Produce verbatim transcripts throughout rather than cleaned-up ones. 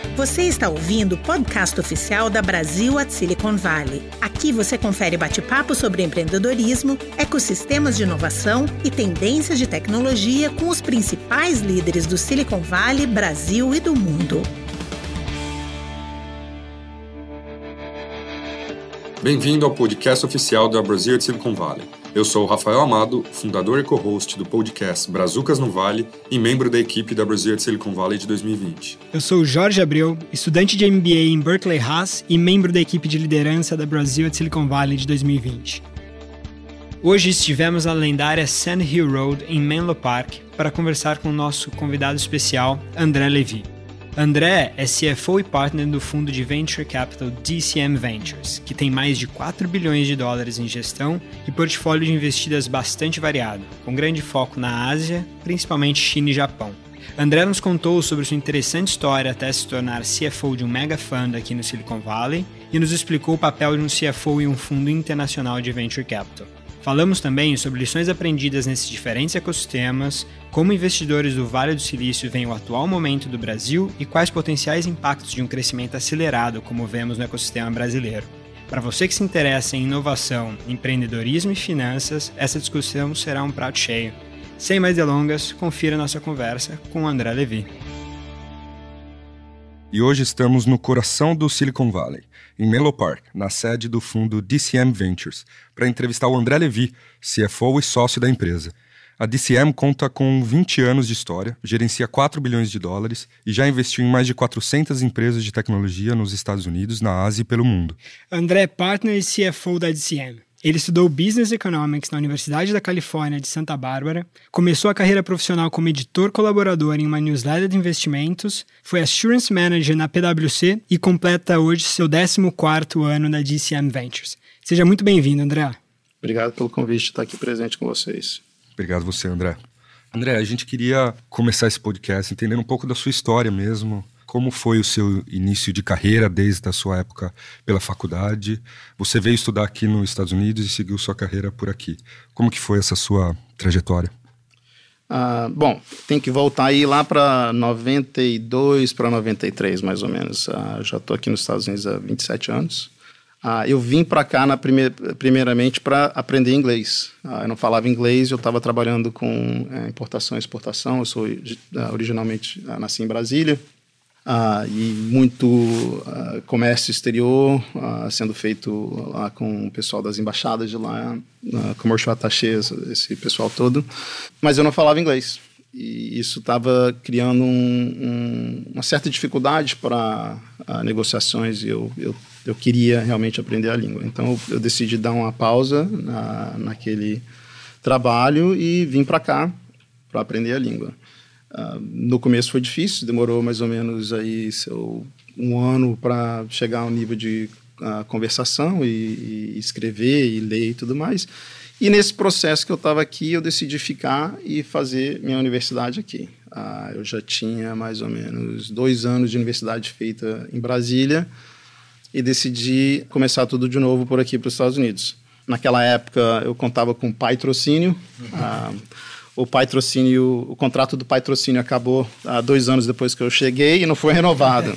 Você está ouvindo o podcast oficial da Brasil at Silicon Valley. Aqui você confere bate-papo sobre empreendedorismo, ecossistemas de inovação e tendências de tecnologia com os principais líderes do Silicon Valley, Brasil e do mundo. Bem-vindo ao podcast oficial da Brasil at Silicon Valley. Eu sou o Rafael Amado, fundador e co-host do podcast Brazucas no Vale e membro da equipe da Brasil at Silicon Valley de dois mil e vinte. Eu sou o Jorge Abreu, estudante de M B A em Berkeley Haas e membro da equipe de liderança da Brasil at Silicon Valley de dois mil e vinte. Hoje estivemos na lendária Sand Hill Road em Menlo Park para conversar com o nosso convidado especial, André Levy. André é C F O e partner do fundo de Venture Capital D C M Ventures, que tem mais de quatro bilhões de dólares em gestão e portfólio de investidas bastante variado, com grande foco na Ásia, principalmente China e Japão. André nos contou sobre sua interessante história até se tornar C F O de um mega fund aqui no Silicon Valley e nos explicou o papel de um C F O em um fundo internacional de Venture Capital. Falamos também sobre lições aprendidas nesses diferentes ecossistemas, como investidores do Vale do Silício veem o atual momento do Brasil e quais potenciais impactos de um crescimento acelerado como vemos no ecossistema brasileiro. Para você que se interessa em inovação, empreendedorismo e finanças, essa discussão será um prato cheio. Sem mais delongas, confira nossa conversa com o André Levy. E hoje estamos no coração do Silicon Valley, em Menlo Park, na sede do fundo D C M Ventures, para entrevistar o André Levy, C F O e sócio da empresa. A D C M conta com vinte anos de história, gerencia quatro bilhões de dólares e já investiu em mais de quatrocentas empresas de tecnologia nos Estados Unidos, na Ásia e pelo mundo. André é partner e C F O da D C M. Ele estudou Business Economics na Universidade da Califórnia de Santa Bárbara, começou a carreira profissional como editor colaborador em uma newsletter de investimentos, foi Assurance Manager na P W C e completa hoje seu décimo quarto ano na D C M Ventures. Seja muito bem-vindo, André. Obrigado pelo convite de estar aqui presente com vocês. Obrigado você, André. André, a gente queria começar esse podcast entendendo um pouco da sua história mesmo. Como foi o seu início de carreira desde a sua época pela faculdade? Você veio estudar aqui nos Estados Unidos e seguiu sua carreira por aqui. Como que foi essa sua trajetória? Ah, bom, tem que voltar aí lá para noventa e dois para noventa e três, mais ou menos. Ah, já estou aqui nos Estados Unidos há vinte e sete anos. Ah, eu vim para cá na prime- primeiramente para aprender inglês. Ah, eu não falava inglês, eu estava trabalhando com é, importação e exportação. Eu sou ah, originalmente ah, nasci em Brasília. Ah, e muito ah, comércio exterior ah, sendo feito lá com o pessoal das embaixadas de lá, uh, commercial attachés, esse pessoal todo, mas eu não falava inglês e isso estava criando um, um, uma certa dificuldade para uh, negociações e eu, eu, eu queria realmente aprender a língua, então eu, eu decidi dar uma pausa na, naquele trabalho e vim para cá para aprender a língua. Uh, no começo foi difícil, demorou mais ou menos aí seu, um ano para chegar ao nível de uh, conversação e, e escrever e ler e tudo mais. E nesse processo que eu estava aqui, eu decidi ficar e fazer minha universidade aqui. Uh, eu já tinha mais ou menos dois anos de universidade feita em Brasília e decidi começar tudo de novo por aqui para os Estados Unidos. Naquela época eu contava com patrocínio. Uhum. Uh, O patrocínio, o contrato do patrocínio acabou há dois anos depois que eu cheguei e não foi renovado.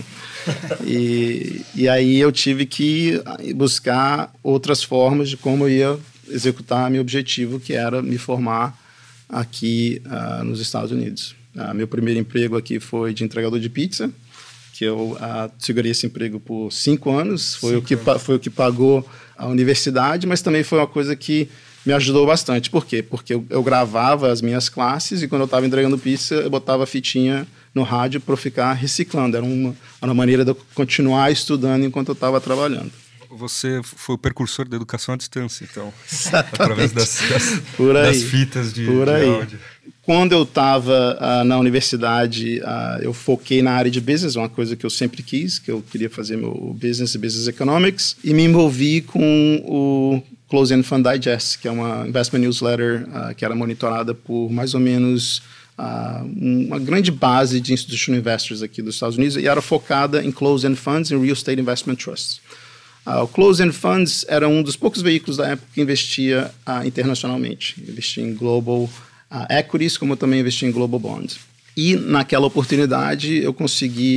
e, e aí eu tive que buscar outras formas de como eu ia executar meu objetivo, que era me formar aqui uh, nos Estados Unidos. Uh, meu primeiro emprego aqui foi de entregador de pizza, que eu uh, segurei esse emprego por cinco anos. Foi, cinco o que, anos. Foi o que pagou a universidade, mas também foi uma coisa que me ajudou bastante. Por quê? Porque eu, eu gravava as minhas classes e quando eu estava entregando pizza, eu botava a fitinha no rádio para eu ficar reciclando. Era uma, uma maneira de eu continuar estudando enquanto eu estava trabalhando. Você foi o precursor da educação à distância, então. Exatamente. Através das, das, Por aí. das fitas de, Por de aí. áudio. Quando eu estava uh, na universidade, uh, eu foquei na área de business, uma coisa que eu sempre quis, que eu queria fazer meu business e business economics, e me envolvi com o Closed End Fund Digest, que é uma investment newsletter uh, que era monitorada por mais ou menos uh, uma grande base de institutional investors aqui dos Estados Unidos e era focada em Closed End Funds e Real Estate Investment Trusts. Uh, o Closed End Funds era um dos poucos veículos da época que investia uh, internacionalmente, investia em global uh, equities, como eu também investi em global bonds. E naquela oportunidade eu consegui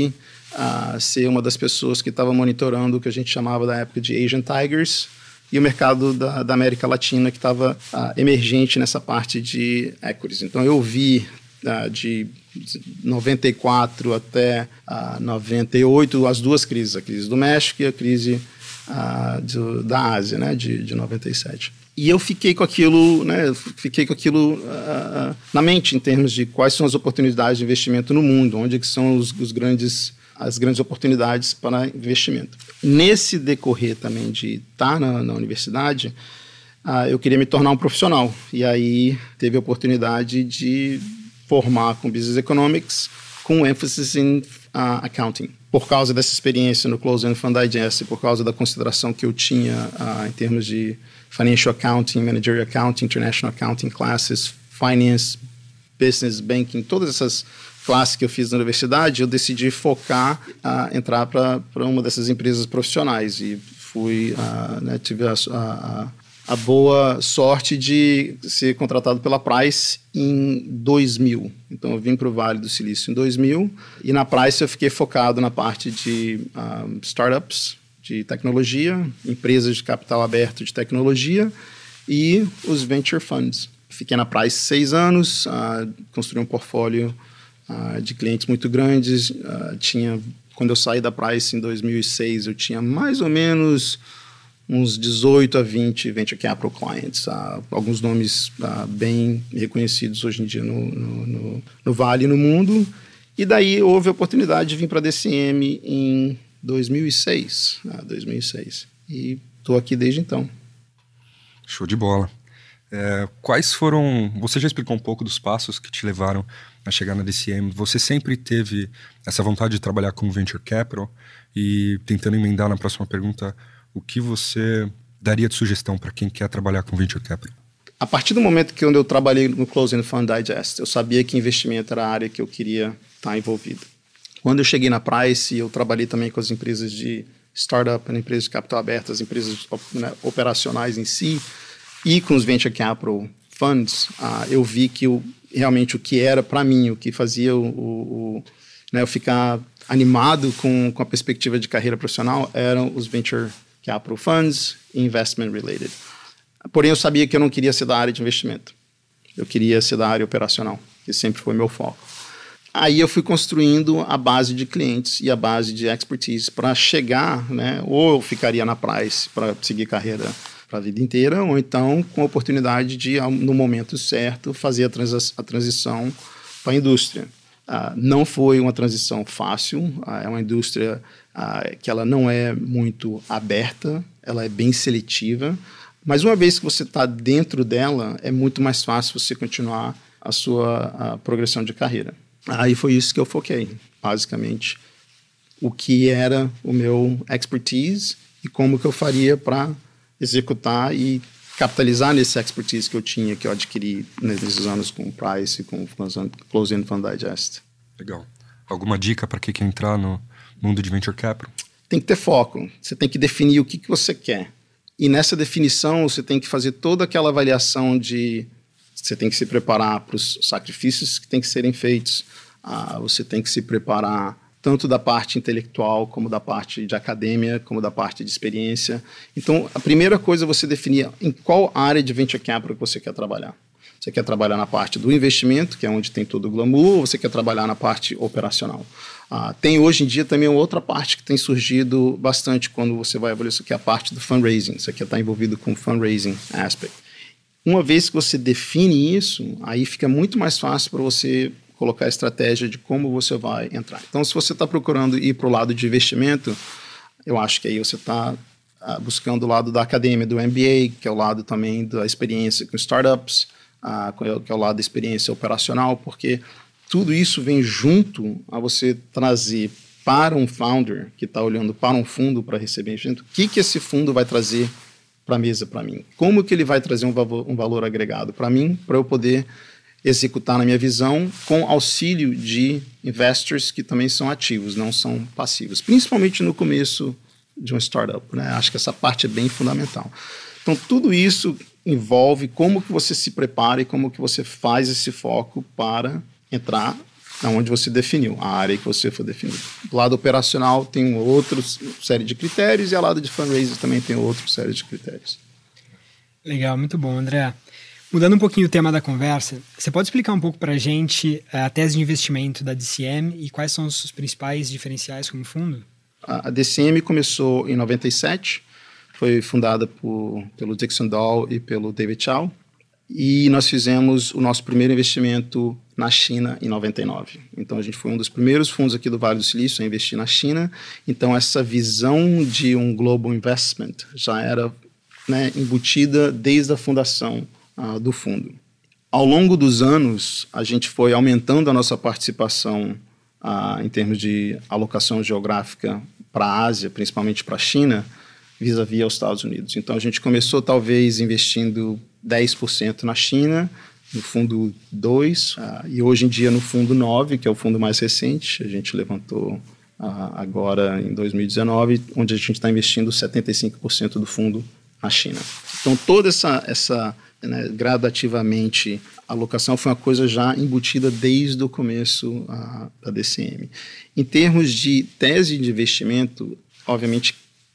uh, ser uma das pessoas que estava monitorando o que a gente chamava da época de Asian Tigers e o mercado da, da América Latina que estava uh, emergente nessa parte de equities. Então eu vi uh, de noventa e quatro até uh, noventa e oito as duas crises, a crise do México e a crise uh, do, da Ásia, né, de, de noventa e sete. E eu fiquei com aquilo, né, fiquei com aquilo uh, na mente em termos de quais são as oportunidades de investimento no mundo, onde que são os, os grandes, as grandes oportunidades para investimento. Nesse decorrer também de estar na, na universidade, uh, eu queria me tornar um profissional. E aí teve a oportunidade de formar com Business Economics, com ênfase em uh, accounting. Por causa dessa experiência no Closed-End Fund Digest, por causa da consideração que eu tinha uh, em termos de Financial Accounting, Managerial Accounting, International Accounting Classes, Finance, Business Banking, todas essas classes que eu fiz na universidade, eu decidi focar, uh, entrar para uma dessas empresas profissionais e fui, uh, né, tive a, a, a boa sorte de ser contratado pela Price em dois mil. Então eu vim para o Vale do Silício em dois mil e na Price eu fiquei focado na parte de um, startups, de tecnologia, empresas de capital aberto de tecnologia e os venture funds. Fiquei na Price seis anos, uh, construí um portfólio uh, de clientes muito grandes. Uh, tinha, quando eu saí da Price em dois mil e seis, eu tinha mais ou menos uns dezoito a vinte venture capital clients, uh, alguns nomes uh, bem reconhecidos hoje em dia no, no, no, no Vale e no mundo. E daí houve a oportunidade de vir para a D C M em dois mil e seis. Ah, dois mil e seis. E estou aqui desde então. Show de bola. É, quais foram... Você já explicou um pouco dos passos que te levaram a chegar na D C M. Você sempre teve essa vontade de trabalhar com Venture Capital? E tentando emendar na próxima pergunta, o que você daria de sugestão para quem quer trabalhar com Venture Capital? A partir do momento que eu trabalhei no Closed-End Fund Digest, eu sabia que investimento era a área que eu queria estar envolvido. Quando eu cheguei na Price, eu trabalhei também com as empresas de startup, né, empresas de capital aberto, as empresas, né, operacionais em si, e com os venture capital funds, ah, eu vi que o, realmente o que era para mim, o que fazia o, o, o, né, eu ficar animado com, com a perspectiva de carreira profissional eram os venture capital funds e investment related. Porém, eu sabia que eu não queria ser da área de investimento. Eu queria ser da área operacional, que sempre foi meu foco. Aí eu fui construindo a base de clientes e a base de expertise para chegar, né, ou eu ficaria na Price para seguir carreira para a vida inteira, ou então com a oportunidade de, no momento certo, fazer a, trans a transição para a indústria. Uh, não foi uma transição fácil, uh, é uma indústria uh, que ela não é muito aberta, ela é bem seletiva, mas uma vez que você está dentro dela, é muito mais fácil você continuar a sua a progressão de carreira. Aí foi isso que eu foquei, basicamente, o que era o meu expertise e como que eu faria para executar e capitalizar nesse expertise que eu tinha, que eu adquiri nesses anos com o Price e com o Closed-End Fund Digest. Legal. Alguma dica para quem quer entrar no mundo de Venture Capital? Tem que ter foco, você tem que definir o que, que você quer. E nessa definição você tem que fazer toda aquela avaliação de... Você tem que se preparar para os sacrifícios que têm que serem feitos. Ah, você tem que se preparar tanto da parte intelectual, como da parte de academia, como da parte de experiência. Então, a primeira coisa é você definir em qual área de venture capital que você quer trabalhar. Você quer trabalhar na parte do investimento, que é onde tem todo o glamour, ou você quer trabalhar na parte operacional? Ah, tem hoje em dia também outra parte que tem surgido bastante quando você vai avaliar isso, que é a parte do fundraising. Você quer estar envolvido com o fundraising aspect. Uma vez que você define isso, aí fica muito mais fácil para você colocar a estratégia de como você vai entrar. Então, se você está procurando ir para o lado de investimento, eu acho que aí você está uh, buscando o lado da academia, do M B A, que é o lado também da experiência com startups, uh, que é o lado da experiência operacional, porque tudo isso vem junto a você trazer para um founder que está olhando para um fundo para receber investimento, o que, que esse fundo vai trazer para a mesa para mim? Como que ele vai trazer um valor, um valor agregado para mim, para eu poder executar na minha visão com auxílio de investors que também são ativos, não são passivos, principalmente no começo de uma startup, né? Acho que essa parte é bem fundamental. Então, tudo isso envolve como que você se prepara e como que você faz esse foco para entrar onde você definiu, a área que você for definir. Do lado operacional tem outra série de critérios e ao lado de fundraising também tem outra série de critérios. Legal, muito bom, André. Mudando um pouquinho o tema da conversa, você pode explicar um pouco para a gente a tese de investimento da D C M e quais são os principais diferenciais como fundo? A D C M começou em noventa e sete, foi fundada por, pelo Dixon Dahl e pelo David Chow, e nós fizemos o nosso primeiro investimento na China em noventa e nove. Então, a gente foi um dos primeiros fundos aqui do Vale do Silício a investir na China. Então, essa visão de um global investment já era, né, embutida desde a fundação uh, do fundo. Ao longo dos anos, a gente foi aumentando a nossa participação uh, em termos de alocação geográfica para a Ásia, principalmente para a China, vis-à-vis aos Estados Unidos. Então, a gente começou, talvez, investindo dez por cento na China, no fundo dois, uh, e hoje em dia no fundo nove, que é o fundo mais recente. A gente levantou uh, agora em dois mil e dezenove, onde a gente está investindo setenta e cinco por cento do fundo na China. Então, toda essa, essa né, gradativamente, a alocação foi uma coisa já embutida desde o começo uh, da D C M. Em termos de tese de investimento, obviamente,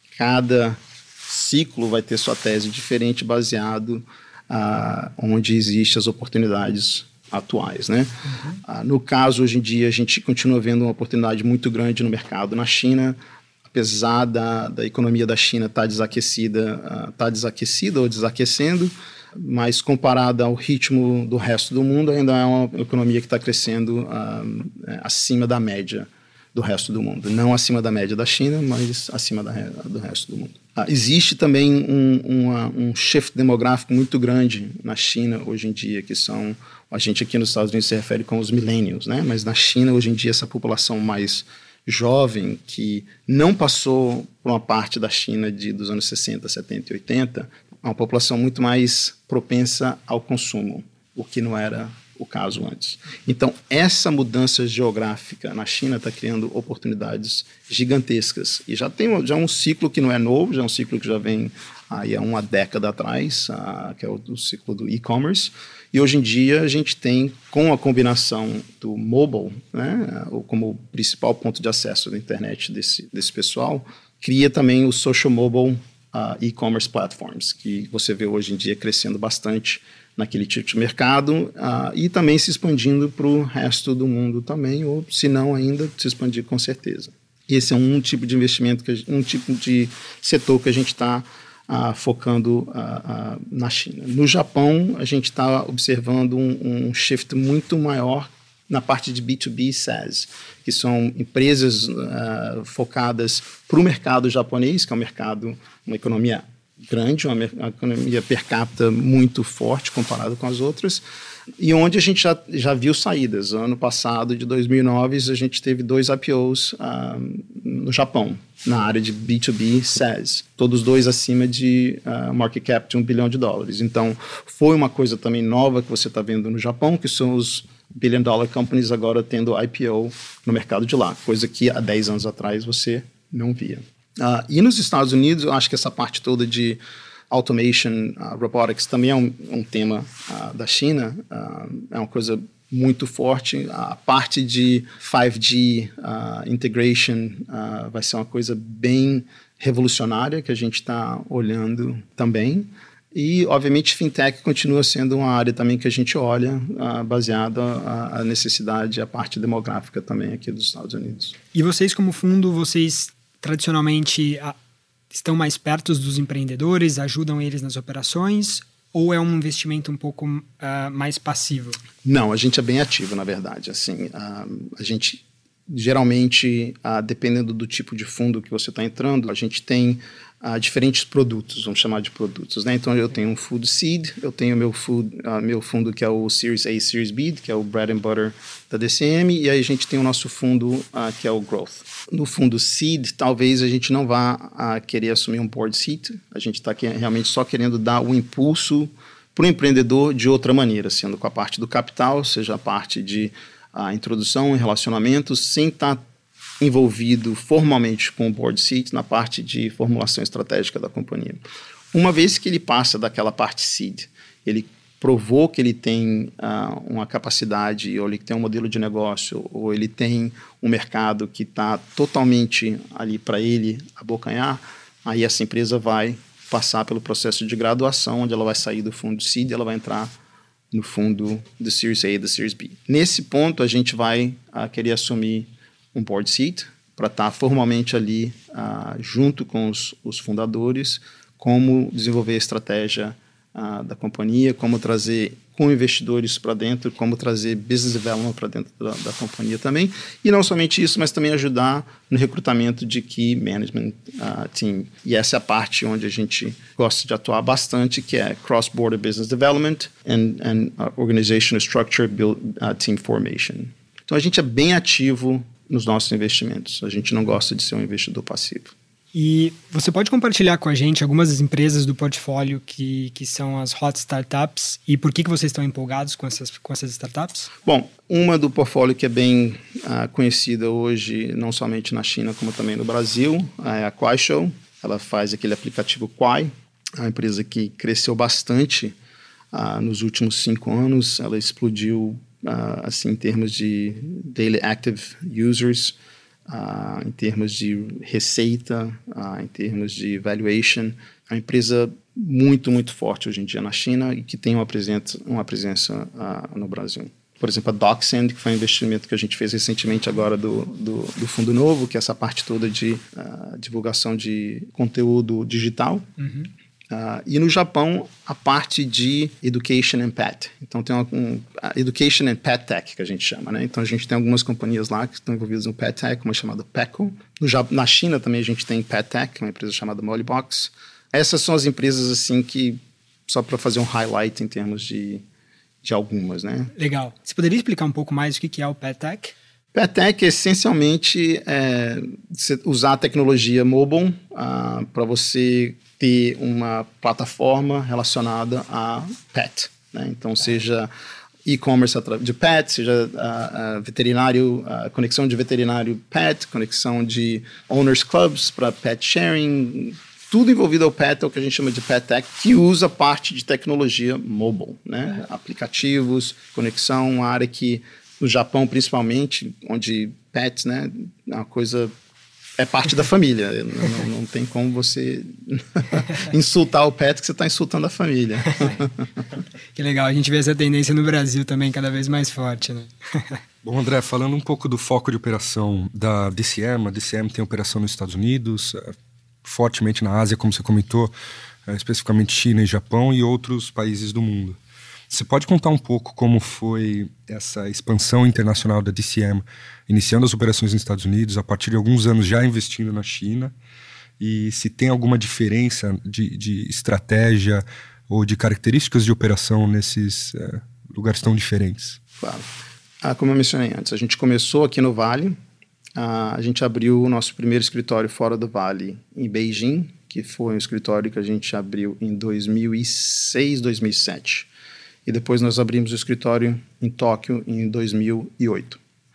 cada ciclo vai ter sua tese diferente, baseado uh, onde existem as oportunidades atuais, né? Uhum. Uh, no caso, hoje em dia, a gente continua vendo uma oportunidade muito grande no mercado na China, apesar da, da economia da China estar tá desaquecida, uh, tá desaquecida ou desaquecendo, mas comparada ao ritmo do resto do mundo, ainda é uma economia que está crescendo uh, acima da média do resto do mundo. Não acima da média da China, mas acima da, do resto do mundo. Ah, existe também um, uma, um shift demográfico muito grande na China hoje em dia, que são, a gente aqui nos Estados Unidos se refere com os millennials, né? Mas na China hoje em dia essa população mais jovem, que não passou por uma parte da China de, dos anos sessenta, setenta e oitenta, é uma população muito mais propensa ao consumo, o que não era o caso antes. Então, essa mudança geográfica na China está criando oportunidades gigantescas. E já tem já um ciclo que não é novo, já é um ciclo que já vem aí há uma década atrás, uh, que é o, o ciclo do e-commerce. E hoje em dia a gente tem, com a combinação do mobile, né, como principal ponto de acesso da internet desse, desse pessoal, cria também o social mobile uh, e-commerce platforms, que você vê hoje em dia crescendo bastante naquele tipo de mercado, uh, e também se expandindo para o resto do mundo também, ou se não ainda, se expandir com certeza. Esse é um tipo de investimento, que, um tipo de setor que a gente está uh, focando uh, uh, na China. No Japão, a gente está observando um, um shift muito maior na parte de B dois B SaaS, que são empresas uh, focadas para o mercado japonês, que é um mercado, uma economia grande, uma, uma economia per capita muito forte comparado com as outras, e onde a gente já, já viu saídas. Ano passado, de dois mil e nove, a gente teve dois I P Os uh, no Japão, na área de B dois B SaaS, todos dois acima de uh, market cap de um bilhão de dólares. Então, foi uma coisa também nova que você está vendo no Japão, que são os billion dollar companies agora tendo I P O no mercado de lá, coisa que há dez anos atrás você não via. Uh, e nos Estados Unidos, eu acho que essa parte toda de automation, uh, robotics, também é um, um tema uh, da China, uh, é uma coisa muito forte. A parte de cinco G uh, integration uh, vai ser uma coisa bem revolucionária que a gente está olhando também. E, obviamente, fintech continua sendo uma área também que a gente olha, uh, baseada a, a necessidade, a parte demográfica também aqui dos Estados Unidos. E vocês, como fundo, vocês tradicionalmente a, estão mais perto dos empreendedores, ajudam eles nas operações, ou é um investimento um pouco uh, mais passivo? Não, a gente é bem ativo, na verdade. Assim, uh, a gente, geralmente, uh, dependendo do tipo de fundo que você está entrando, a gente tem uh, diferentes produtos, vamos chamar de produtos, né? Então, eu tenho um Food Seed, eu tenho meu, food, uh, meu fundo que é o Series A, Series B, que é o Bread and Butter da D C M, e aí a gente tem o nosso fundo uh, que é o Growth. No fundo Seed, talvez a gente não vá uh, querer assumir um board seat, a gente está realmente só querendo dar o impulso para o empreendedor de outra maneira, sendo com a parte do capital, seja a parte de uh, introdução e relacionamento, sem estar tá envolvido formalmente com o board seat na parte de formulação estratégica da companhia. Uma vez que ele passa daquela parte seed, ele provou que ele tem uh, uma capacidade, ou ele tem um modelo de negócio, ou ele tem um mercado que está totalmente ali para ele abocanhar, aí essa empresa vai passar pelo processo de graduação, onde ela vai sair do fundo Seed e ela vai entrar no fundo do Series A e do Series B. Nesse ponto, a gente vai uh, querer assumir um board seat para estar tá formalmente ali uh, junto com os, os fundadores, como desenvolver a estratégia Uh, da companhia, como trazer com investidores para dentro, como trazer business development para dentro da, da companhia também, e não somente isso, mas também ajudar no recrutamento de key management uh, team. E essa é a parte onde a gente gosta de atuar bastante, que é cross-border business development and, and uh, organizational structure build, uh, team formation. Então a gente é bem ativo nos nossos investimentos, a gente não gosta de ser um investidor passivo. E você pode compartilhar com a gente algumas das empresas do portfólio que, que são as hot startups e por que, que vocês estão empolgados com essas, com essas startups? Bom, uma do portfólio que é bem uh, conhecida hoje, não somente na China, como também no Brasil, é a Kuaishou. Ela faz aquele aplicativo Kuai, é uma empresa que cresceu bastante uh, nos últimos cinco anos. Ela explodiu uh, assim, em termos de daily active users, Uh, em termos de receita, uh, em termos de valuation. É uma empresa muito, muito forte hoje em dia na China e que tem uma presença, uma presença uh, no Brasil. Por exemplo, a DocSend, que foi um investimento que a gente fez recentemente agora do, do, do Fundo Novo, que é essa parte toda de uh, divulgação de conteúdo digital. Uhum. Uh, e no Japão, a parte de Education and Pet. Então, tem uma um, Education and Pet Tech, que a gente chama, né? Então, a gente tem algumas companhias lá que estão envolvidas no Pet Tech, uma chamada Peco. No, na China também a gente tem Pet Tech, uma empresa chamada Mollybox. Essas são as empresas, assim, que... Só para fazer um highlight em termos de, de algumas, né? Legal. Você poderia explicar um pouco mais o que é o Pet Tech? Pet Tech, essencialmente, é usar a tecnologia mobile uh, para você ter uma plataforma relacionada a pet, né? Então, seja e-commerce de pet, seja uh, uh, veterinário, uh, conexão de veterinário pet, conexão de owners clubs para pet sharing, tudo envolvido ao pet é o que a gente chama de Pet Tech, que usa parte de tecnologia mobile, né? Uhum. Aplicativos, conexão, uma área que no Japão, principalmente, onde pets, né, é uma coisa... É parte da família. Não, não tem como você insultar o pet que você está insultando a família. Que legal. A gente vê essa tendência no Brasil também cada vez mais forte, né? Bom, André, falando um pouco do foco de operação da D C M, a D C M tem operação nos Estados Unidos, fortemente na Ásia, como você comentou, especificamente China e Japão e outros países do mundo. Você pode contar um pouco como foi essa expansão internacional da D C M, iniciando as operações nos Estados Unidos, a partir de alguns anos já investindo na China, e se tem alguma diferença de, de estratégia ou de características de operação nesses é, lugares tão diferentes? Claro. Ah, como eu mencionei antes, a gente começou aqui no Vale, ah, a gente abriu o nosso primeiro escritório fora do Vale em Beijing, que foi um escritório que a gente abriu em dois mil e seis, dois mil e sete. E depois nós abrimos o escritório em Tóquio em dois mil e oito.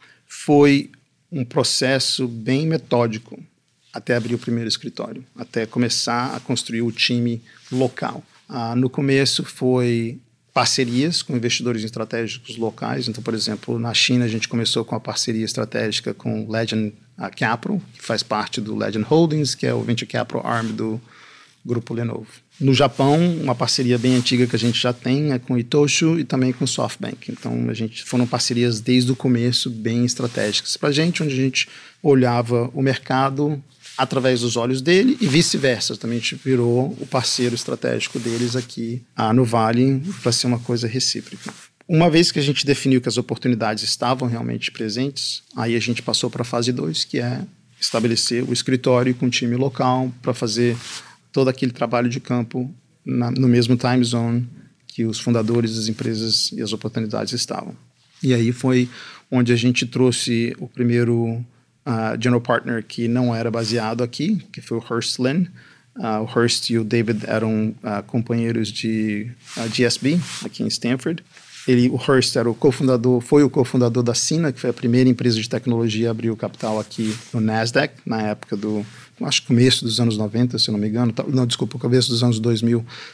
Foi um processo bem metódico até abrir o primeiro escritório, até começar a construir o time local. Ah, no começo foi parcerias com investidores estratégicos locais. Então, por exemplo, na China a gente começou com a parceria estratégica com Legend uh, Capital, que faz parte do Legend Holdings, que é o Venture Capital Arm do Grupo Lenovo. No Japão, uma parceria bem antiga que a gente já tem é com o Itosho e também com o SoftBank. Então, a gente foram parcerias desde o começo bem estratégicas para a gente, onde a gente olhava o mercado através dos olhos dele e vice-versa. Também a gente virou o parceiro estratégico deles aqui ah, no Vale para ser uma coisa recíproca. Uma vez que a gente definiu que as oportunidades estavam realmente presentes, aí a gente passou para a fase dois, que é estabelecer o escritório com o time local para fazer todo aquele trabalho de campo na, no mesmo time zone que os fundadores das empresas e as oportunidades estavam. E aí foi onde a gente trouxe o primeiro uh, general partner que não era baseado aqui, que foi o Hearst Lin. Uh, o Hearst e o David eram uh, companheiros de uh, G S B aqui em Stanford. Ele, o Hearst era o cofundador, foi o cofundador da Sina, que foi a primeira empresa de tecnologia a abrir o capital aqui no Nasdaq, na época do, acho que começo dos anos noventa, se eu não me engano. Não, desculpa, começo dos anos dois mil.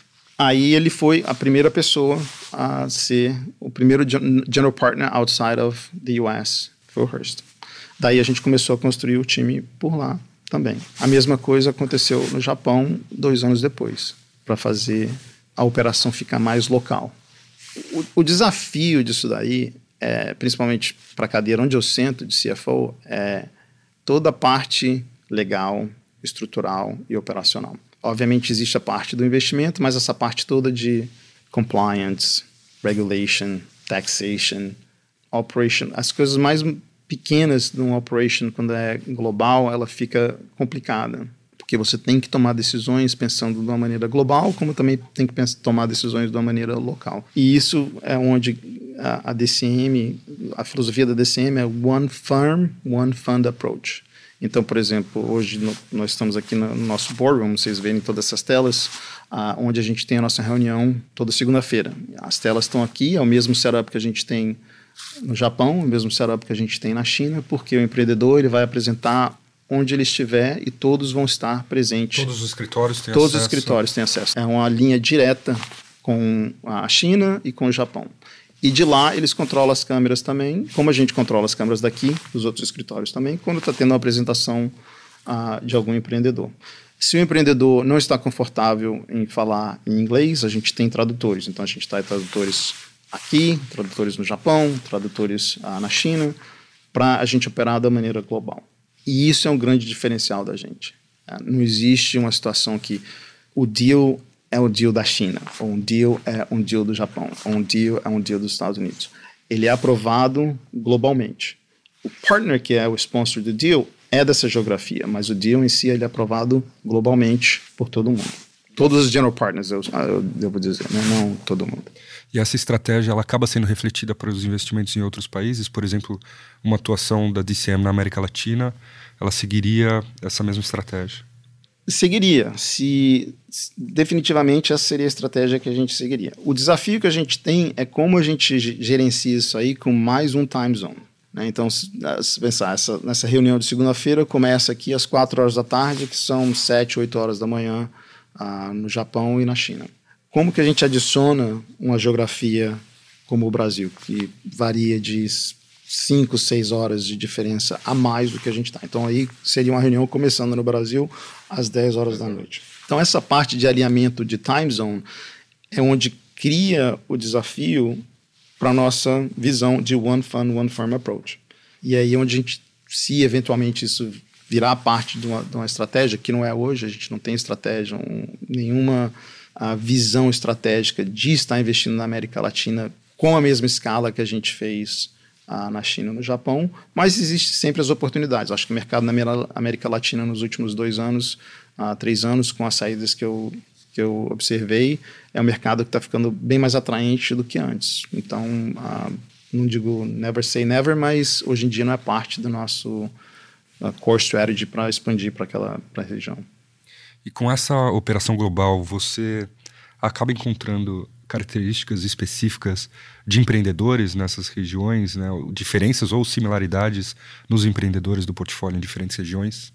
Aí ele foi a primeira pessoa a ser o primeiro general partner outside of the U S, foi o Hearst. Daí a gente começou a construir o time por lá também. A mesma coisa aconteceu no Japão dois anos depois, para fazer a operação ficar mais local. O, o desafio disso daí, é, principalmente para a cadeira onde eu sento de C F O, é toda a parte legal, estrutural e operacional. Obviamente existe a parte do investimento, mas essa parte toda de compliance, regulation, taxation, operation, as coisas mais pequenas de uma operation, quando é global, ela fica complicada. Porque você tem que tomar decisões pensando de uma maneira global, como também tem que pensar, tomar decisões de uma maneira local. E isso é onde a, a D C M, a filosofia da D C M é One Firm, One Fund Approach. Então, por exemplo, hoje no, nós estamos aqui no, no nosso boardroom, vocês verem todas essas telas, ah, onde a gente tem a nossa reunião toda segunda-feira. As telas estão aqui, é o mesmo setup que a gente tem no Japão, o mesmo setup que a gente tem na China, porque o empreendedor ele vai apresentar onde ele estiver e todos vão estar presentes. Todos os escritórios têm todos acesso. Todos os escritórios têm acesso. É uma linha direta com a China e com o Japão. E de lá eles controlam as câmeras também, como a gente controla as câmeras daqui, dos outros escritórios também, quando está tendo uma apresentação uh, de algum empreendedor. Se o empreendedor não está confortável em falar em inglês, a gente tem tradutores. Então a gente tem tradutores aqui, tradutores no Japão, tradutores uh, na China, para a gente operar da maneira global. E isso é um grande diferencial da gente. Uh, não existe uma situação que o deal é um deal da China, ou um deal é um deal do Japão, ou um deal é um deal dos Estados Unidos. Ele é aprovado globalmente. O partner, que é o sponsor do deal, é dessa geografia, mas o deal em si ele é aprovado globalmente por todo mundo. Todos os general partners, eu, eu devo dizer, né? Não todo mundo. E essa estratégia ela acaba sendo refletida para os investimentos em outros países? Por exemplo, uma atuação da D C M na América Latina, ela seguiria essa mesma estratégia? Seguiria. Se, se, definitivamente essa seria a estratégia que a gente seguiria. O desafio que a gente tem é como a gente gerencia isso aí com mais um time zone. Né? Então, se, se pensar, essa, nessa reunião de segunda-feira começa aqui às quatro horas da tarde, que são sete, oito horas da manhã ah, no Japão e na China. Como que a gente adiciona uma geografia como o Brasil, que varia de cinco, seis horas de diferença a mais do que a gente está. Então, aí seria uma reunião começando no Brasil às dez horas da noite. Então, essa parte de alinhamento de time zone é onde cria o desafio para a nossa visão de One Fund, One Firm Approach. E aí onde a gente, se eventualmente isso virar parte de uma, de uma estratégia, que não é hoje, a gente não tem estratégia, um, nenhuma a visão estratégica de estar investindo na América Latina com a mesma escala que a gente fez ah, na China e no Japão, mas existem sempre as oportunidades. Acho que o mercado na América Latina nos últimos dois anos, ah, três anos, com as saídas que eu, que eu observei, é um mercado que está ficando bem mais atraente do que antes. Então, ah, não digo never say never, mas hoje em dia não é parte do nosso uh, core strategy para expandir para aquela pra região. E com essa operação global, você acaba encontrando características específicas de empreendedores nessas regiões, né? Diferenças ou similaridades nos empreendedores do portfólio em diferentes regiões?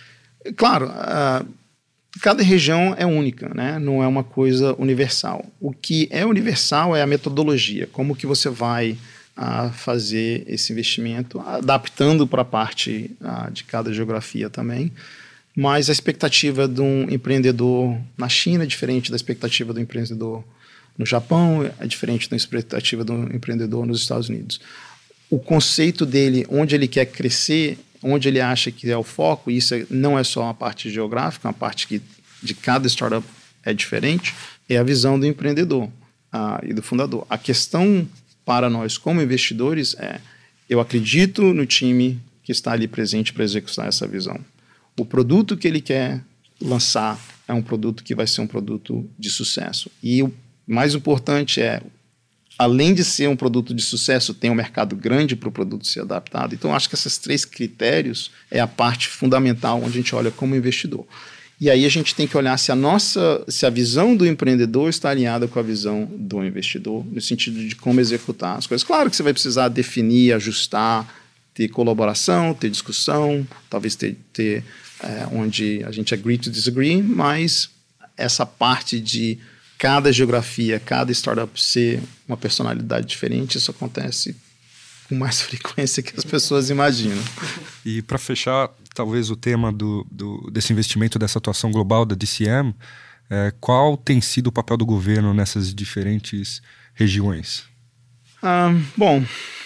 Claro, uh, cada região é única, né? Não é uma coisa universal. O que é universal é a metodologia, como que você vai uh, fazer esse investimento, adaptando para a parte uh, de cada geografia também. Mas a expectativa de um empreendedor na China é diferente da expectativa do empreendedor no Japão, é diferente da expectativa do empreendedor nos Estados Unidos. O conceito dele, onde ele quer crescer, onde ele acha que é o foco, e isso não é só uma parte geográfica, uma parte que de cada startup é diferente, é a visão do empreendedor ah, e do fundador. A questão para nós como investidores é, eu acredito no time que está ali presente para executar essa visão. O produto que ele quer lançar é um produto que vai ser um produto de sucesso. E o mais importante é, além de ser um produto de sucesso, tem um mercado grande para o produto ser adaptado. Então, acho que esses três critérios é a parte fundamental onde a gente olha como investidor. E aí a gente tem que olhar se a nossa, se a visão do empreendedor está alinhada com a visão do investidor, no sentido de como executar as coisas. Claro que você vai precisar definir, ajustar, ter colaboração, ter discussão, talvez ter... ter É, onde a gente agree to disagree, mas essa parte de cada geografia, cada startup ser uma personalidade diferente, isso acontece com mais frequência que as pessoas imaginam. E para fechar, talvez o tema do, do, desse investimento, dessa atuação global da D C M, é, qual tem sido o papel do governo nessas diferentes regiões? Ah, bom,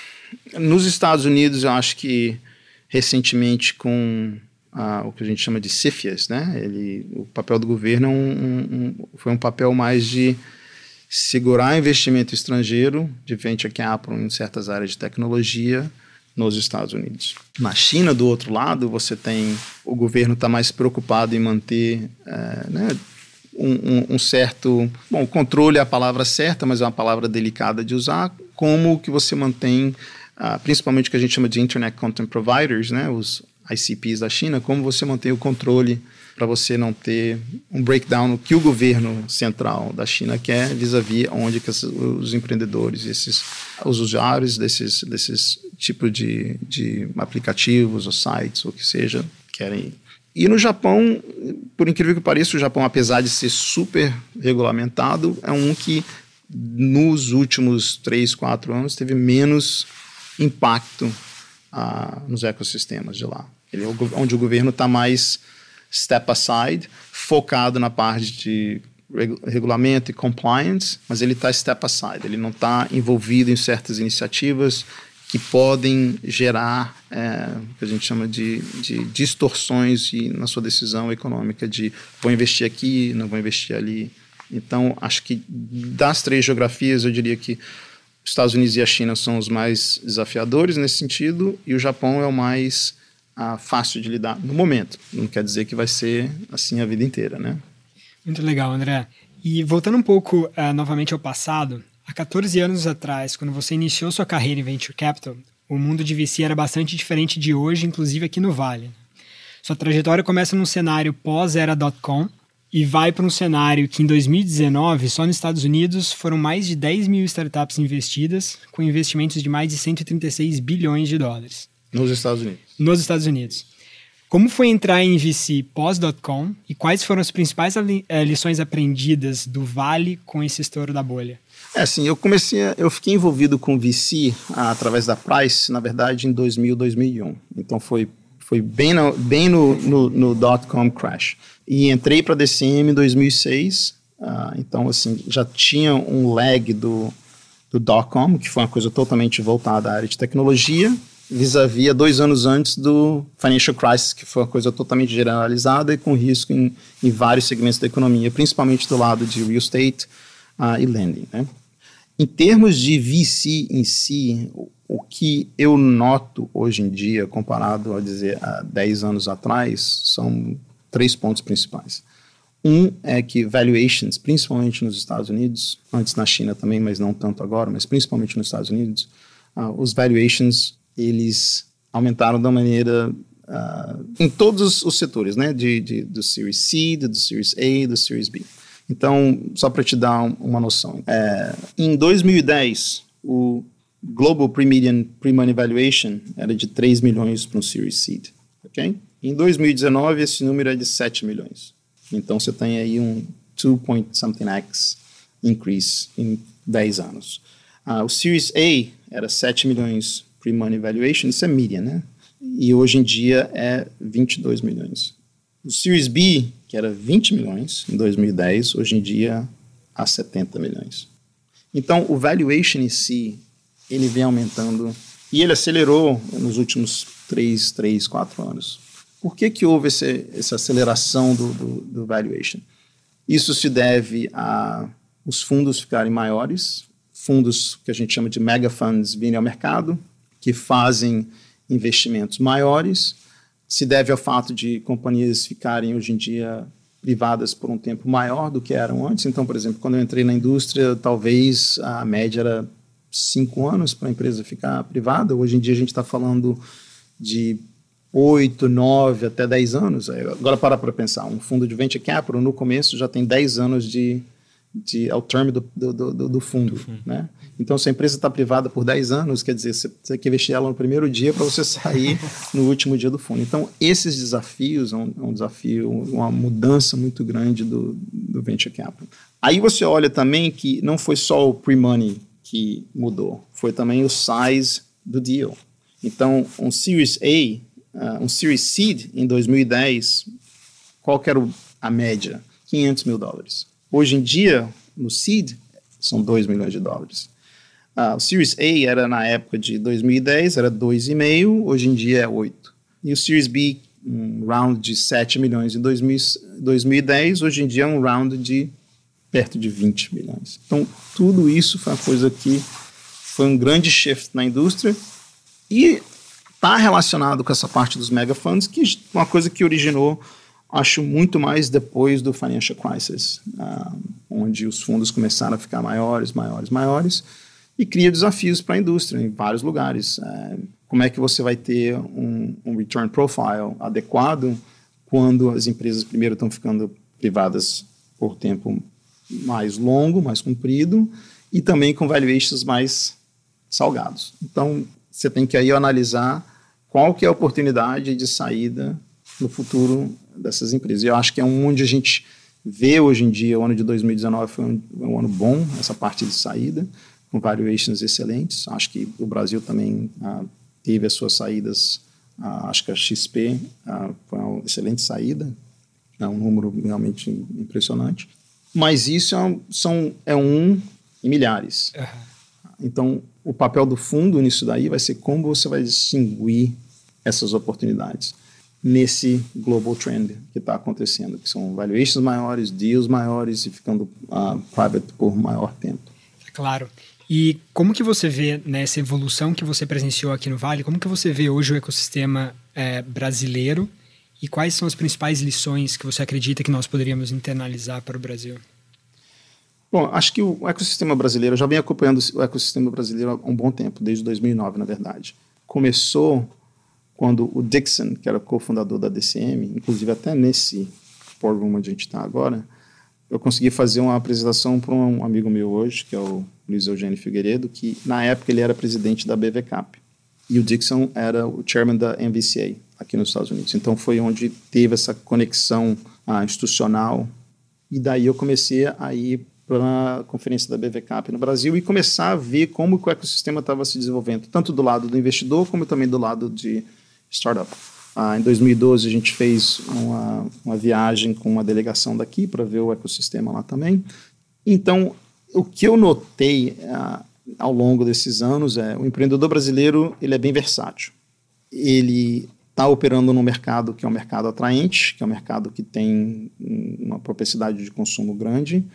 nos Estados Unidos eu acho que recentemente com ah, o que a gente chama de CFIUS, né? Ele, o papel do governo é um, um, foi um papel mais de segurar investimento estrangeiro de venture capital em certas áreas de tecnologia nos Estados Unidos. Na China, do outro lado, você tem o governo está mais preocupado em manter é, né, um, um, um certo... Bom, controle é a palavra certa, mas é uma palavra delicada de usar, como que você mantém, uh, principalmente o que a gente chama de Internet Content Providers, né, os I C Ps da China, como você mantém o controle para você não ter um breakdown no que o governo central da China quer vis-à-vis onde que os empreendedores, esses, os usuários desses, desses tipos de, de aplicativos ou sites, ou que seja, querem ir. E no Japão, por incrível que pareça, o Japão, apesar de ser super regulamentado, é um que nos últimos três, quatro anos teve menos impacto ah, nos ecossistemas de lá. Ele é onde o governo está mais step aside, focado na parte de regu- regulamento e compliance, mas ele está step aside, ele não está envolvido em certas iniciativas que podem gerar é, o que a gente chama de, de distorções e, na sua decisão econômica de vou investir aqui, não vou investir ali. Então, acho que das três geografias, eu diria que os Estados Unidos e a China são os mais desafiadores nesse sentido e o Japão é o mais ah, fácil de lidar no momento. Não quer dizer que vai ser assim a vida inteira, né? Muito legal, André. E voltando um pouco uh, novamente ao passado, há quatorze anos atrás, quando você iniciou sua carreira em Venture Capital, o mundo de V C era bastante diferente de hoje, inclusive aqui no Vale. Sua trajetória começa num cenário pós-era dot-com e vai para um cenário que em dois mil e dezenove, só nos Estados Unidos, foram mais de dez mil startups investidas, com investimentos de mais de cento e trinta e seis bilhões de dólares. Nos Estados Unidos. Nos Estados Unidos. Como foi entrar em V C pós-dot-com e quais foram as principais li- lições aprendidas do Vale com esse estouro da bolha? É assim, eu comecei, a, eu fiquei envolvido com V C ah, através da Price, na verdade, em dois mil, dois mil e um. Então foi, foi bem, no, bem no, no, no dot-com crash. E entrei para a D C M em dois mil e seis, ah, então assim, já tinha um lag do, do dot-com, que foi uma coisa totalmente voltada à área de tecnologia, vis-à-vis dois anos antes do Financial Crisis, que foi uma coisa totalmente generalizada e com risco em, em vários segmentos da economia, principalmente do lado de real estate uh, e lending, né? Em termos de V C em si, o, o que eu noto hoje em dia, comparado a dizer há dez anos atrás, são três pontos principais. Um é que valuations, principalmente nos Estados Unidos, antes na China também, mas não tanto agora, mas principalmente nos Estados Unidos, uh, os valuations eles aumentaram da maneira uh, em todos os setores, né? De, de, do Series C, do Series A, do Series B. Então, só para te dar um, uma noção, é, em dois mil e dez, o Global Pre-Median Pre-Money Valuation era de três milhões para um Series Seed, ok? Em dois mil e dezenove, esse número é de sete milhões. Então, você tem aí um dois point something x increase em dez anos. Uh, o Series A era sete milhões pre-money valuation, isso é median, né? E hoje em dia é vinte e dois milhões. O Series B, que era vinte milhões em dois mil e dez, hoje em dia a setenta milhões. Então, o valuation em si, ele vem aumentando e ele acelerou nos últimos três, três, quatro anos. Por que que houve esse, essa aceleração do, do, do valuation? Isso se deve a os fundos ficarem maiores, fundos que a gente chama de mega funds virem ao mercado, que fazem investimentos maiores, se deve ao fato de companhias ficarem hoje em dia privadas por um tempo maior do que eram antes. Então, por exemplo, quando eu entrei na indústria, talvez a média era cinco anos para a empresa ficar privada. Hoje em dia a gente está falando de oito, nove, até dez anos. Agora, para para pensar, um fundo de venture capital, no começo, já tem dez anos de, de ao termo do, do, do, do fundo, do fundo. Né? Então, se a empresa está privada por dez anos, quer dizer, você tem que investir ela no primeiro dia para você sair no último dia do fundo. Então, esses desafios, é um, é um desafio, uma mudança muito grande do, do venture capital. Aí você olha também que não foi só o pre-money que mudou, foi também o size do deal. Então, um Series A, uh, um Series Seed em dois mil e dez, qual que era a média? quinhentos mil dólares. Hoje em dia, no Seed, são dois milhões de dólares. Uh, o Series A era, na época de dois mil e dez, era dois vírgula cinco, hoje em dia é oito. E o Series B, um round de sete milhões em dois mil e dez, hoje em dia é um round de perto de vinte milhões. Então, tudo isso foi uma coisa que foi um grande shift na indústria e está relacionado com essa parte dos mega funds, que é uma coisa que originou, acho, muito mais depois do Financial Crisis, uh, onde os fundos começaram a ficar maiores, maiores, maiores, e cria desafios para a indústria em vários lugares. Uh, como é que você vai ter um, um return profile adequado quando as empresas, primeiro, estão ficando privadas por tempo mais longo, mais comprido, e também com valuations mais salgados. Então, você tem que aí analisar qual que é a oportunidade de saída no futuro dessas empresas. E eu acho que é onde a gente vê hoje em dia, o ano de dois mil e dezenove foi um, um ano bom, essa parte de saída, com valuations excelentes. Acho que o Brasil também ah, teve as suas saídas, ah, acho que a X P ah, foi uma excelente saída, é um número realmente impressionante. Mas isso é um, são, é um em milhares. Uhum. Então, o papel do fundo nisso daí vai ser como você vai distinguir essas oportunidades nesse global trend que está acontecendo, que são valuations maiores, deals maiores e ficando uh, private por maior tempo. Claro. E como que você vê nessa evolução que você presenciou aqui no Vale, como que você vê hoje o ecossistema é, brasileiro e quais são as principais lições que você acredita que nós poderíamos internalizar para o Brasil? Bom, acho que o ecossistema brasileiro, eu já venho acompanhando o ecossistema brasileiro há um bom tempo, desde dois mil e nove, na verdade. Começou quando o Dixon, que era cofundador da D C M, inclusive até nesse forum onde a gente está agora, eu consegui fazer uma apresentação para um amigo meu hoje, que é o Luiz Eugênio Figueiredo, que na época ele era presidente da B V Cap. E o Dixon era o chairman da M V C A, aqui nos Estados Unidos. Então foi onde teve essa conexão ah, institucional. E daí eu comecei a ir para a conferência da B V Cap no Brasil e começar a ver como o ecossistema estava se desenvolvendo, tanto do lado do investidor como também do lado de startup. Ah, em dois mil e doze a gente fez uma, uma viagem com uma delegação daqui para ver o ecossistema lá também. Então, o que eu notei ah, ao longo desses anos é o empreendedor brasileiro, ele é bem versátil. Ele está operando num mercado que é um mercado atraente, que é um mercado que tem uma propensidade de consumo grande,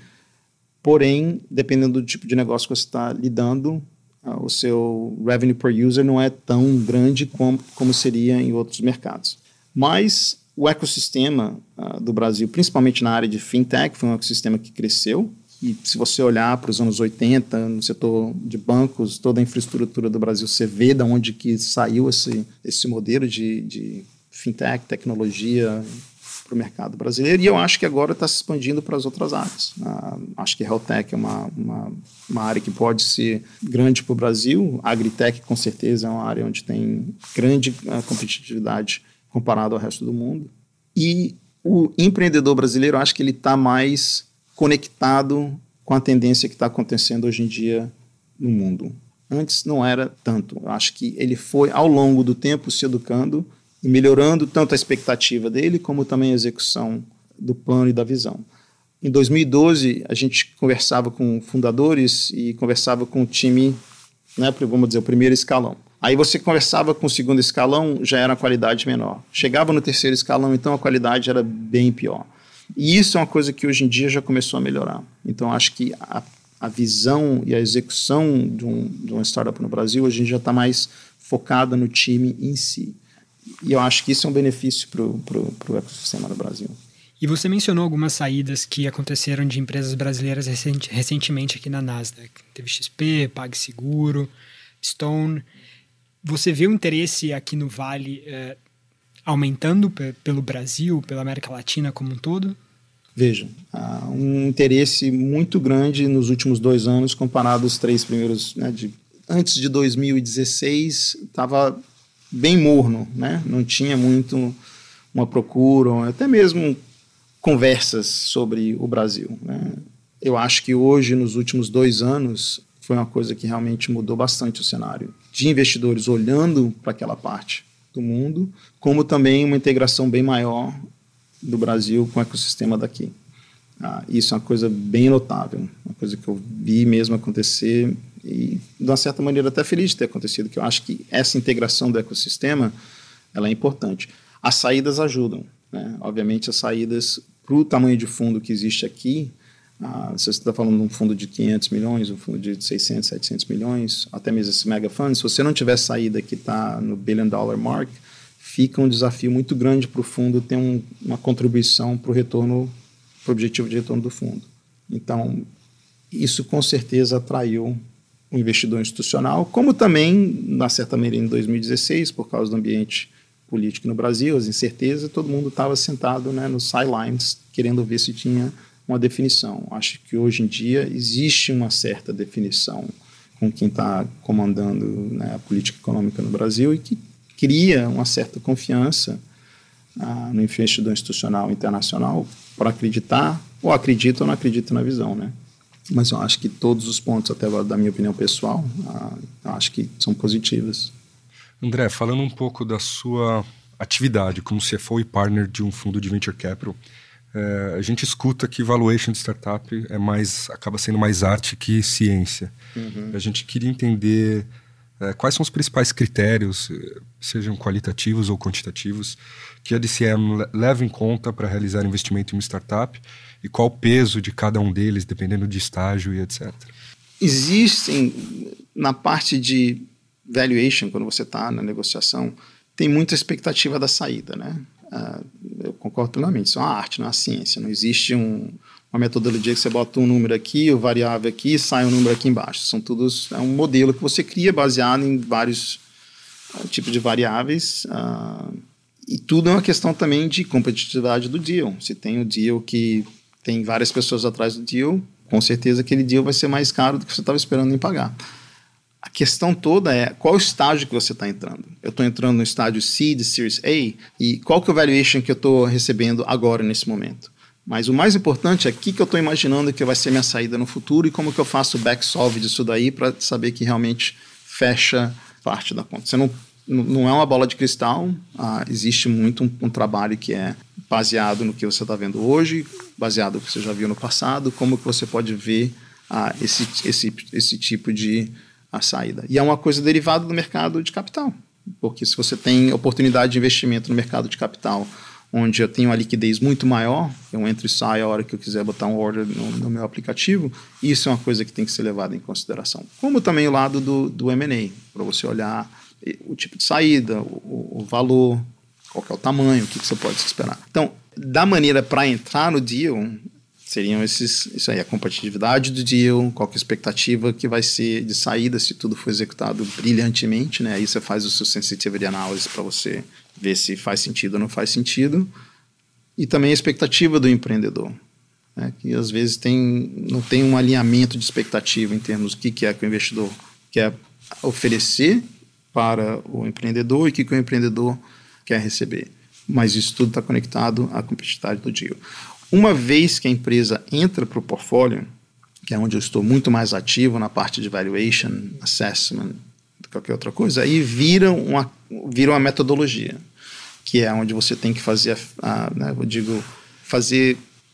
porém, dependendo do tipo de negócio que você está lidando, uh, o seu revenue per user não é tão grande como, como seria em outros mercados. Mas o ecossistema uh, do Brasil, principalmente na área de fintech, foi um ecossistema que cresceu. E se você olhar para os anos oitenta, no setor de bancos, toda a infraestrutura do Brasil, você vê de onde que saiu esse, esse modelo de, de fintech, tecnologia para o mercado brasileiro, e eu acho que agora está se expandindo para as outras áreas. Uh, acho que Health Tech é uma, uma, uma área que pode ser grande para o Brasil, Agritech com certeza é uma área onde tem grande uh, competitividade comparado ao resto do mundo, e o empreendedor brasileiro, acho que ele está mais conectado com a tendência que está acontecendo hoje em dia no mundo. Antes não era tanto, eu acho que ele foi ao longo do tempo se educando e melhorando tanto a expectativa dele, como também a execução do plano e da visão. Em dois mil e doze, a gente conversava com fundadores e conversava com o time, né, vamos dizer, o primeiro escalão. Aí você conversava com o segundo escalão, já era a qualidade menor. Chegava no terceiro escalão, então a qualidade era bem pior. E isso é uma coisa que hoje em dia já começou a melhorar. Então, acho que a, a visão e a execução de, um, de uma startup no Brasil, hoje em dia está mais focada no time em si. E eu acho que isso é um benefício para o ecossistema no Brasil. E você mencionou algumas saídas que aconteceram de empresas brasileiras recenti- recentemente aqui na Nasdaq. Teve X P, PagSeguro, Stone. Você vê o interesse aqui no Vale eh, aumentando p- pelo Brasil, pela América Latina como um todo? Veja, há um interesse muito grande nos últimos dois anos comparado aos três primeiros... Né, de, antes de dois mil e dezesseis, estava bem morno, né? Não tinha muito uma procura, até mesmo conversas sobre o Brasil, né? eu acho que hoje, nos últimos dois anos, foi uma coisa que realmente mudou bastante o cenário de investidores olhando para aquela parte do mundo, como também uma integração bem maior do Brasil com o ecossistema daqui. Ah, isso é uma coisa bem notável, uma coisa que eu vi mesmo acontecer e, de uma certa maneira, até feliz de ter acontecido, que eu acho que essa integração do ecossistema ela é importante. As saídas ajudam, né? Obviamente, as saídas para o tamanho de fundo que existe aqui, ah, se você está falando de um fundo de quinhentos milhões, um fundo de seiscentos, setecentos milhões, até mesmo esse mega fund, se você não tiver saída que está no billion dollar mark, fica um desafio muito grande para o fundo ter um, uma contribuição para o retorno, para o objetivo de retorno do fundo. Então, isso com certeza atraiu o investidor institucional, como também, na certa maneira, em dois mil e dezesseis, por causa do ambiente político no Brasil, as incertezas, todo mundo estava sentado, né, nos sidelines, querendo ver se tinha uma definição. Acho que hoje em dia existe uma certa definição com quem está comandando, né, a política econômica no Brasil e que cria uma certa confiança ah, no investidor institucional internacional para acreditar, ou acredita ou não acredita na visão, né? Mas eu acho que todos os pontos, até agora, da minha opinião pessoal, ah, acho que são positivos. André, falando um pouco da sua atividade como C F O e partner de um fundo de venture capital, é, a gente escuta que valuation de startup é mais, acaba sendo mais arte que ciência. Uhum. A gente queria entender é, quais são os principais critérios, sejam qualitativos ou quantitativos, que a D C M leva em conta para realizar investimento em uma startup e qual o peso de cada um deles, dependendo de estágio e etcétera. Existem, na parte de valuation, quando você está na negociação, tem muita expectativa da saída, né? Uh, eu concordo plenamente, isso é uma arte, não é uma ciência. Não existe um, uma metodologia que você bota um número aqui, o variável aqui, e sai um número aqui embaixo. São todos, é um modelo que você cria baseado em vários uh, tipos de variáveis. Uh, e tudo é uma questão também de competitividade do deal. Se tem o deal que tem várias pessoas atrás do deal, com certeza aquele deal vai ser mais caro do que você estava esperando em pagar. A questão toda é qual o estágio que você está entrando. Eu estou entrando no estágio Seed, Series A, e qual que é o valuation que eu estou recebendo agora, nesse momento. Mas o mais importante é o que, que eu estou imaginando que vai ser minha saída no futuro e como que eu faço o backsolve disso daí para saber que realmente fecha parte da conta. Você não, não é uma bola de cristal, ah, existe muito um, um trabalho que é baseado no que você está vendo hoje, baseado no que você já viu no passado, como que você pode ver ah, esse, esse, esse tipo de a saída. E é uma coisa derivada do mercado de capital, porque se você tem oportunidade de investimento no mercado de capital, onde eu tenho uma liquidez muito maior, eu entro e saio a hora que eu quiser botar um order no, no meu aplicativo, isso é uma coisa que tem que ser levada em consideração. Como também o lado do, do M and A, para você olhar o tipo de saída, o, o valor, qual que é o tamanho, o que, que você pode esperar. Então, da maneira para entrar no deal, seriam esses, isso aí, a competitividade do deal, qual que é a expectativa que vai ser de saída se tudo for executado brilhantemente, né? Aí você faz o seu sensitivity analysis para você ver se faz sentido ou não faz sentido. E também a expectativa do empreendedor, né? Que às vezes tem, não tem um alinhamento de expectativa em termos do que, que é que o investidor quer oferecer para o empreendedor e o que, que o empreendedor quer receber. Mas isso tudo está conectado à competitividade do deal. Uma vez que a empresa entra para o portfólio, que é onde eu estou muito mais ativo na parte de valuation, assessment, qualquer outra coisa, aí vira uma, vira uma metodologia, que é onde você tem que fazer, a, a, né, eu digo, fazer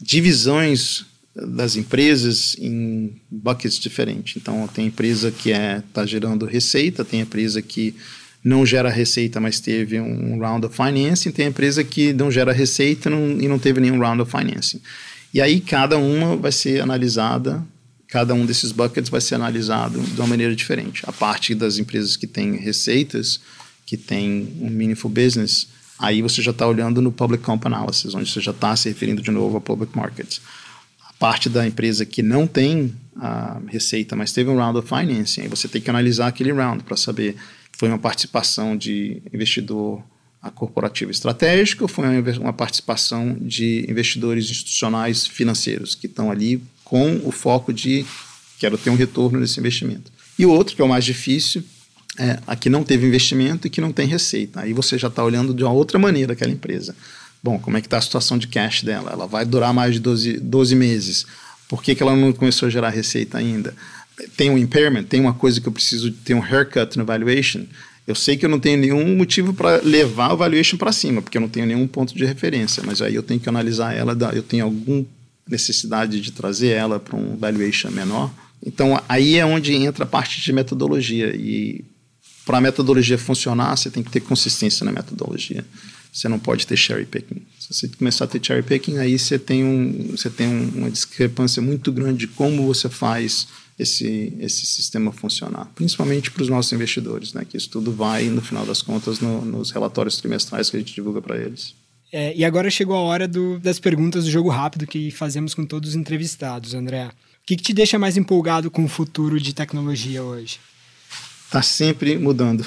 divisões das empresas em buckets diferentes. Então, tem empresa que é, está gerando receita, tem empresa que não gera receita, mas teve um round of financing, tem empresa que não gera receita não, e não teve nenhum round of financing. E aí cada uma vai ser analisada, cada um desses buckets vai ser analisado de uma maneira diferente. A parte das empresas que têm receitas, que têm um meaningful business, aí você já está olhando no public comp analysis, onde você já está se referindo de novo a public markets. A parte da empresa que não tem a receita, mas teve um round of financing, aí você tem que analisar aquele round para saber foi uma participação de investidor corporativo estratégico ou foi uma participação de investidores institucionais financeiros que estão ali com o foco de quero ter um retorno nesse investimento. E o outro, que é o mais difícil, é a que não teve investimento e que não tem receita. Aí você já está olhando de uma outra maneira aquela empresa. Bom, como é que está a situação de cash dela? Ela vai durar mais de doze, doze meses. Por que, que ela não começou a gerar receita ainda? Tem um impairment, tem uma coisa que eu preciso ter um haircut no valuation. Eu sei que eu não tenho nenhum motivo para levar o valuation para cima, porque eu não tenho nenhum ponto de referência, mas aí eu tenho que analisar ela, eu tenho alguma necessidade de trazer ela para um valuation menor. Então, aí é onde entra a parte de metodologia. E para a metodologia funcionar, você tem que ter consistência na metodologia. Você não pode ter cherry picking. Se você começar a ter cherry picking, aí você tem, um, você tem uma discrepância muito grande de como você faz esse, esse sistema funcionar. Principalmente para os nossos investidores, né? Que isso tudo vai, no final das contas, no, nos relatórios trimestrais que a gente divulga para eles. É, e agora chegou a hora do, das perguntas do jogo rápido que fazemos com todos os entrevistados, André. O que, que te deixa mais empolgado com o futuro de tecnologia hoje? Está sempre mudando.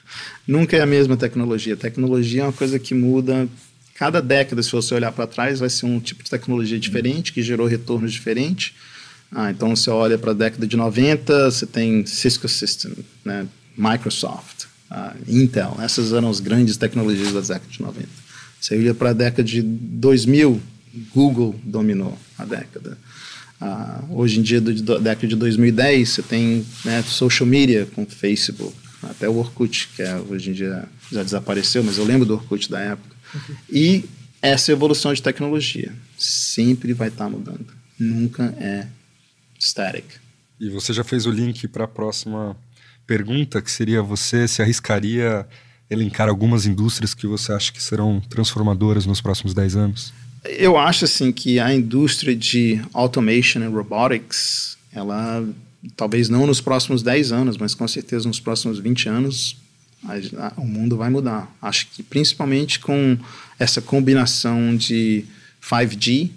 Nunca é a mesma tecnologia. Tecnologia é uma coisa que muda. Cada década, se você olhar para trás, vai ser um tipo de tecnologia diferente, que gerou retornos diferentes. Ah, então, você olha para a década de noventa, você tem Cisco System, né? Microsoft, ah, Intel. Essas eram as grandes tecnologias da década de noventa. Você olha para a década de dois mil, Google dominou a década. Ah, hoje em dia, da década de dois mil e dez, você tem, né, social media com Facebook, até o Orkut, que é, hoje em dia já desapareceu, mas eu lembro do Orkut da época. Uhum. E essa evolução de tecnologia sempre vai estar mudando. Nunca é static. E você já fez o link para a próxima pergunta, que seria: você se arriscaria elencar algumas indústrias que você acha que serão transformadoras nos próximos dez anos? Eu acho assim que a indústria de automation e robotics, ela talvez não nos próximos dez anos, mas com certeza nos próximos vinte anos, a, a, o mundo vai mudar. Acho que principalmente com essa combinação de cinco G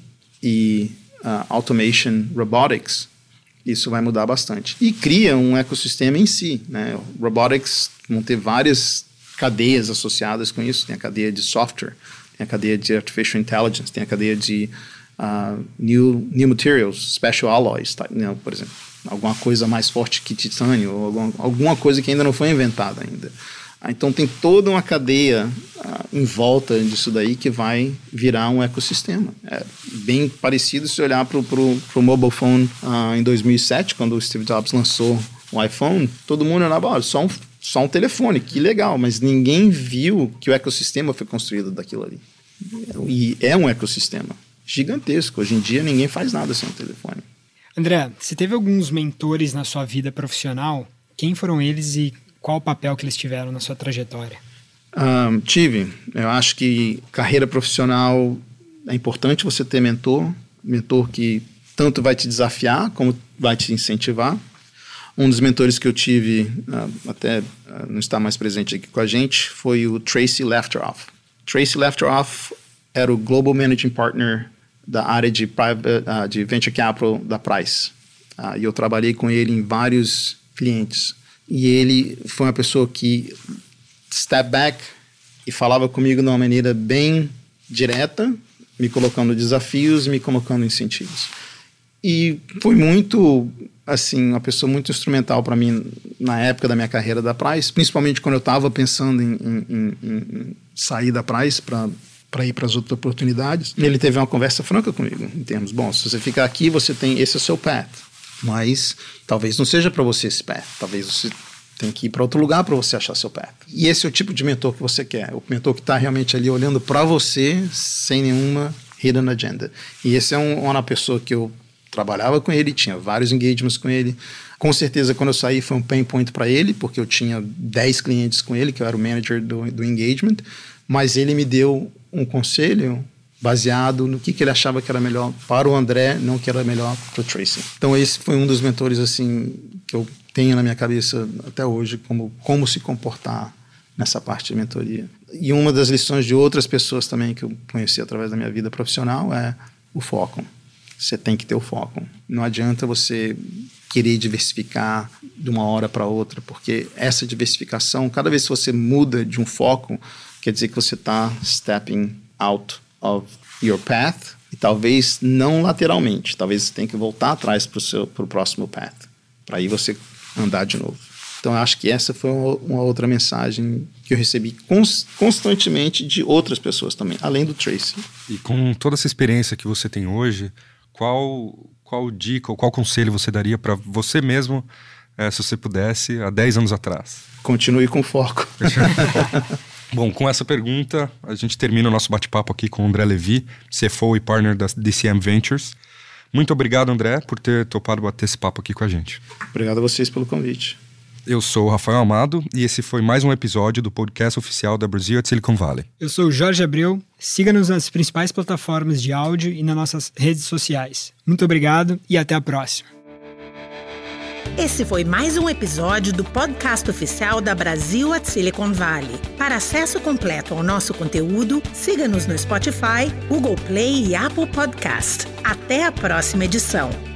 e uh, automation robotics, isso vai mudar bastante. E cria um ecossistema em si, né? Robotics vão ter várias cadeias associadas com isso. Tem a cadeia de software, tem a cadeia de artificial intelligence, tem a cadeia de uh, new, new materials, special alloys, tá, né? Por exemplo, alguma coisa mais forte que titânio, ou alguma, alguma coisa que ainda não foi inventada ainda. Então tem toda uma cadeia uh, em volta disso daí que vai virar um ecossistema. É bem parecido se olhar para o mobile phone uh, em dois mil e sete, quando o Steve Jobs lançou o iPhone, todo mundo olhava, olha, só um, só um telefone, que legal, mas ninguém viu que o ecossistema foi construído daquilo ali. E é um ecossistema gigantesco. Hoje em dia ninguém faz nada sem um telefone. André, você teve alguns mentores na sua vida profissional? Quem foram eles e qual o papel que eles tiveram na sua trajetória? Um, tive. Eu acho que carreira profissional é importante você ter mentor. Mentor que tanto vai te desafiar como vai te incentivar. Um dos mentores que eu tive, uh, até uh, não está mais presente aqui com a gente, foi o Tracy Lefteroff. Tracy Lefteroff era o Global Managing Partner da área de, private, uh, de Venture Capital da Price. Uh, e eu trabalhei com ele em vários clientes. E ele foi uma pessoa que step back e falava comigo de uma maneira bem direta, me colocando desafios, me colocando incentivos. E foi muito, assim, uma pessoa muito instrumental para mim na época da minha carreira da Price, principalmente quando eu estava pensando em, em, em, em sair da Price para para ir para as outras oportunidades. Ele teve uma conversa franca comigo, em termos, bom, se você ficar aqui, você tem, esse é o seu path. Mas talvez não seja para você esse path. Talvez você tenha que ir para outro lugar para você achar seu path. E esse é o tipo de mentor que você quer. O mentor que está realmente ali olhando para você sem nenhuma hidden agenda. E esse é um, uma pessoa que eu trabalhava com ele, tinha vários engagements com ele. Com certeza, quando eu saí, foi um pain point para ele, porque eu tinha dez clientes com ele, que eu era o manager do, do engagement. Mas ele me deu um conselho baseado no que, que ele achava que era melhor para o André, não que era melhor para o Tracy. Então esse foi um dos mentores assim que eu tenho na minha cabeça até hoje, como, como se comportar nessa parte de mentoria. E uma das lições de outras pessoas também que eu conheci através da minha vida profissional é o foco. Você tem que ter o foco. Não adianta você querer diversificar de uma hora para outra, porque essa diversificação, cada vez que você muda de um foco, quer dizer que você está stepping out of your path, e talvez não lateralmente, talvez você tenha que voltar atrás para o seu pro próximo path, para aí você andar de novo. Então, eu acho que essa foi uma, uma outra mensagem que eu recebi cons, constantemente de outras pessoas também, além do Tracy. E com toda essa experiência que você tem hoje, qual, qual dica ou qual conselho você daria para você mesmo, é, se você pudesse, há dez anos atrás? Continue com foco. Bom, com essa pergunta, a gente termina o nosso bate-papo aqui com o André Levy, C F O e partner da D C M Ventures. Muito obrigado, André, por ter topado bater esse papo aqui com a gente. Obrigado a vocês pelo convite. Eu sou o Rafael Amado e esse foi mais um episódio do podcast oficial da Brazil at Silicon Valley. Eu sou o Jorge Abreu. Siga-nos nas principais plataformas de áudio e nas nossas redes sociais. Muito obrigado e até a próxima. Esse foi mais um episódio do podcast oficial da Brazil at Silicon Valley. Para acesso completo ao nosso conteúdo, siga-nos no Spotify, Google Play e Apple Podcast. Até a próxima edição.